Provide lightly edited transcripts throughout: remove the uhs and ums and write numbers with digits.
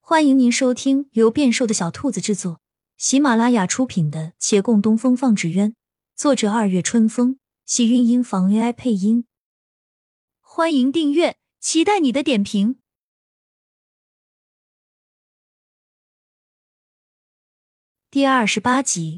欢迎您收听由变瘦的小兔子制作，喜马拉雅出品的《且共东风放纸鸢》，作者二月春风，喜韵音房 AI 配音。欢迎订阅，期待你的点评。第28集，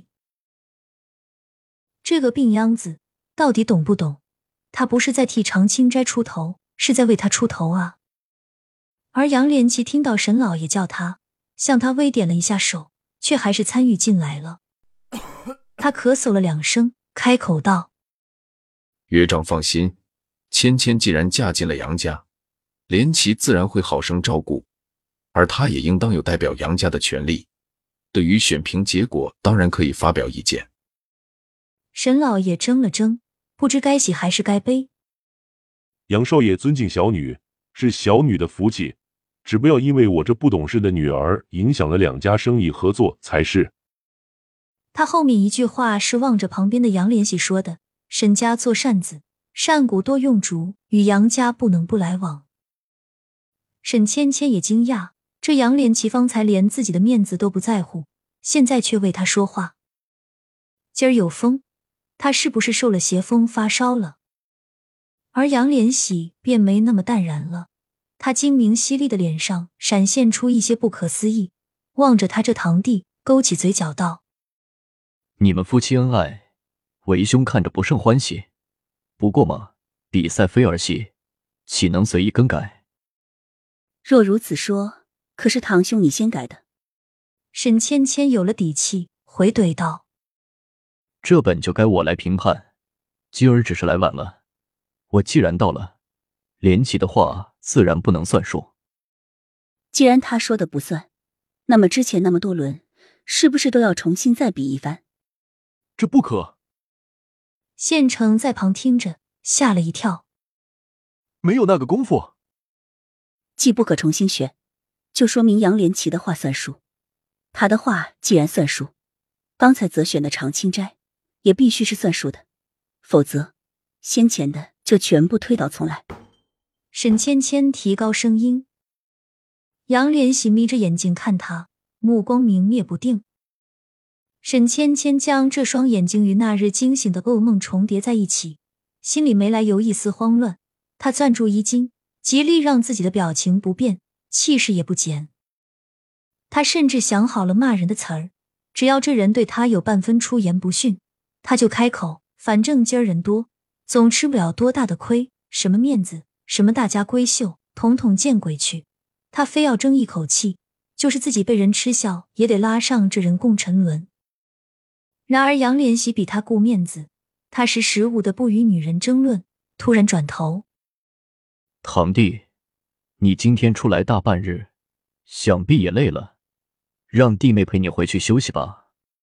这个病秧子到底懂不懂？他不是在替常青斋出头，是在为他出头啊！而杨连奇听到沈老爷叫他，向他微点了一下手，却还是参与进来了。他咳嗽了2声，开口道： 岳丈放心，芊芊既然嫁进了杨家，连奇自然会好生照顾，而他也应当有代表杨家的权利，对于选评结果当然可以发表意见。 沈老爷怔了怔，不知该喜还是该悲。 杨少爷尊敬小女，是小女的福气，只不要因为我这不懂事的女儿影响了两家生意合作才是。 他后面一句话是望着旁边的杨连喜说的，沈家做扇子，扇骨多用竹，与杨家不能不来往。沈芊芊也惊讶，这杨连奇方才连自己的面子都不在乎，现在却为他说话。今儿有风，他是不是受了邪风发烧了？而杨连喜便没那么淡然了，他精明犀利的脸上闪现出一些不可思议，望着他这堂弟，勾起嘴角道： 你们夫妻恩爱，为兄看着不甚欢喜。不过嘛，比赛非儿戏，岂能随意更改？ 若如此说，可是堂兄你先改的？ 沈芊芊有了底气，回怼道： 这本就该我来评判，今儿只是来晚了。我既然到了，连奇的话自然不能算数。 既然他说的不算，那么之前那么多轮，是不是都要重新再比一番？ 这不可！ 县城在旁听着，吓了一跳。 没有那个功夫。 既不可重新选，就说明杨连奇的话算数。他的话既然算数，刚才择选的常青斋也必须是算数的，否则先前的就全部推倒重来。 沈芊芊提高声音。杨连喜眯着眼睛看他，目光明灭不定。沈芊芊将这双眼睛与那日惊醒的噩梦重叠在一起，心里没来由一丝慌乱。他攥住衣襟，极力让自己的表情不变，气势也不减。他甚至想好了骂人的词儿，只要这人对他有半分出言不逊，他就开口，反正今儿人多，总吃不了多大的亏，什么面子，什么大家闺秀，统统见鬼去。他非要争一口气，就是自己被人嗤笑，也得拉上这人共沉沦。然而杨连喜比他顾面子，他识时务的不与女人争论，突然转头： 堂弟，你今天出来大半日，想必也累了，让弟妹陪你回去休息吧。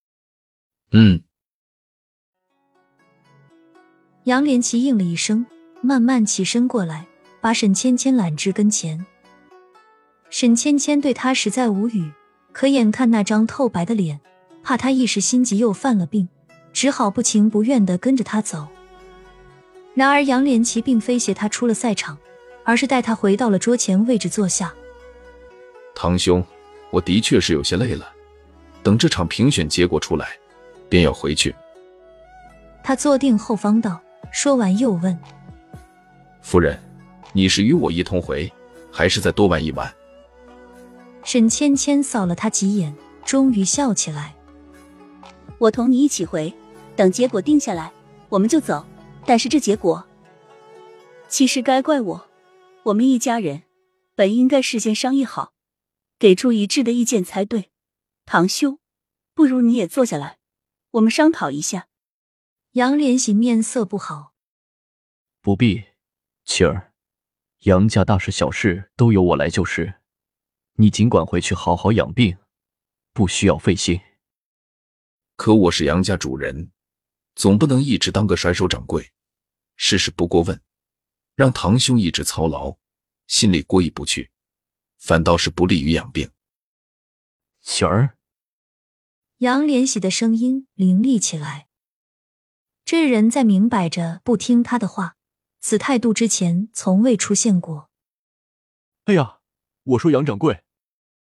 杨连奇应了一声，慢慢起身过来，把沈芊芊揽至跟前。沈芊芊对他实在无语，可眼看那张透白的脸，怕他一时心急又犯了病，只好不情不愿地跟着他走。然而杨连奇并非携他出了赛场，而是带他回到了桌前位置坐下。 堂兄，我的确是有些累了，等这场评选结果出来，便要回去。 他坐定后方道，说完又问： 夫人，你是与我一同回，还是再多玩一玩？ 沈芊芊扫了他几眼，终于笑起来： 我同你一起回，等结果定下来，我们就走。但是这结果，其实该怪我，我们一家人本应该事先商议好，给出一致的意见才对。堂兄，不如你也坐下来，我们商讨一下。 杨连喜面色不好： 不必，妻儿，杨家大事小事都由我来就是，你尽管回去好好养病，不需要费心。 可我是杨家主人，总不能一直当个甩手掌柜，事事不过问，让堂兄一直操劳，心里过意不去，反倒是不利于养病。 喜儿， 杨连喜的声音凌厉起来。这人在明摆着不听他的话，此态度之前从未出现过。 哎呀，我说杨掌柜。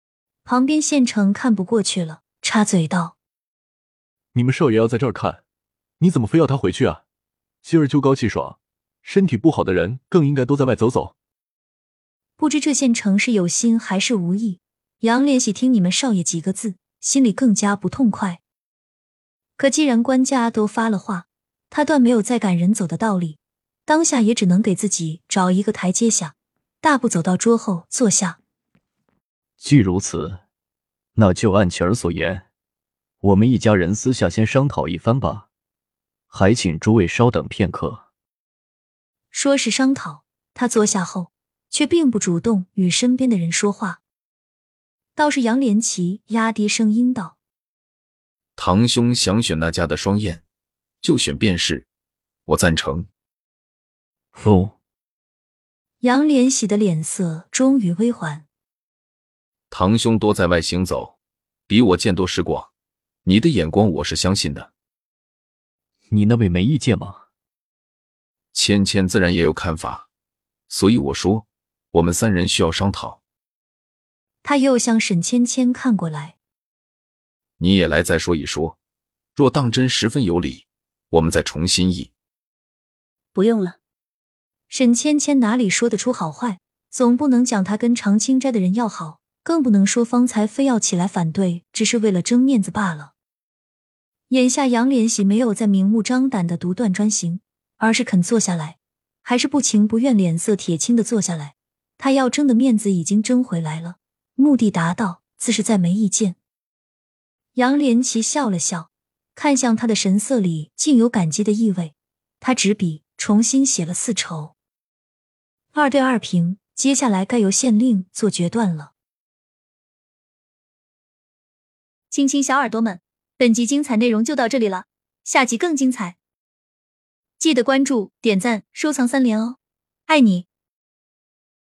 旁边县城看不过去了，插嘴道：“ 你们少爷要在这儿看，你怎么非要他回去啊？今儿秋高气爽，身体不好的人更应该多在外走走。” 不知这县城是有心还是无意，杨连喜听你们少爷几个字，心里更加不痛快。可既然官家都发了话，他断没有再赶人走的道理，当下也只能给自己找一个台阶下，大步走到桌后坐下。 既如此，那就按琪儿所言，我们一家人私下先商讨一番吧，还请诸位稍等片刻。 说是商讨，他坐下后却并不主动与身边的人说话，倒是杨连奇压低声音道：“ 堂兄想选那家的双燕，就选便是，我赞成。” 哦。 杨连喜的脸色终于微缓。 堂兄多在外行走，比我见多识广，你的眼光我是相信的。 你那位没意见吗？ 芊芊自然也有看法，所以我说，我们三人需要商讨。 他又向沈芊芊看过来。 你也来再说一说，若当真十分有理，我们再重新议。 不用了。 沈芊芊哪里说得出好坏，总不能讲他跟长青斋的人要好，更不能说方才非要起来反对，只是为了争面子罢了。眼下杨连喜没有再明目张胆的独断专行，而是肯坐下来，还是不情不愿脸色铁青的坐下来。他要争的面子已经争回来了，目的达到，自是再没意见。杨连奇笑了笑，看向他的神色里竟有感激的意味，他执笔重新写了4筹。2对2平，接下来该由县令做决断了。 亲亲小耳朵们，本集精彩内容就到这里了，下集更精彩，记得关注、点赞、收藏3连哦，爱你。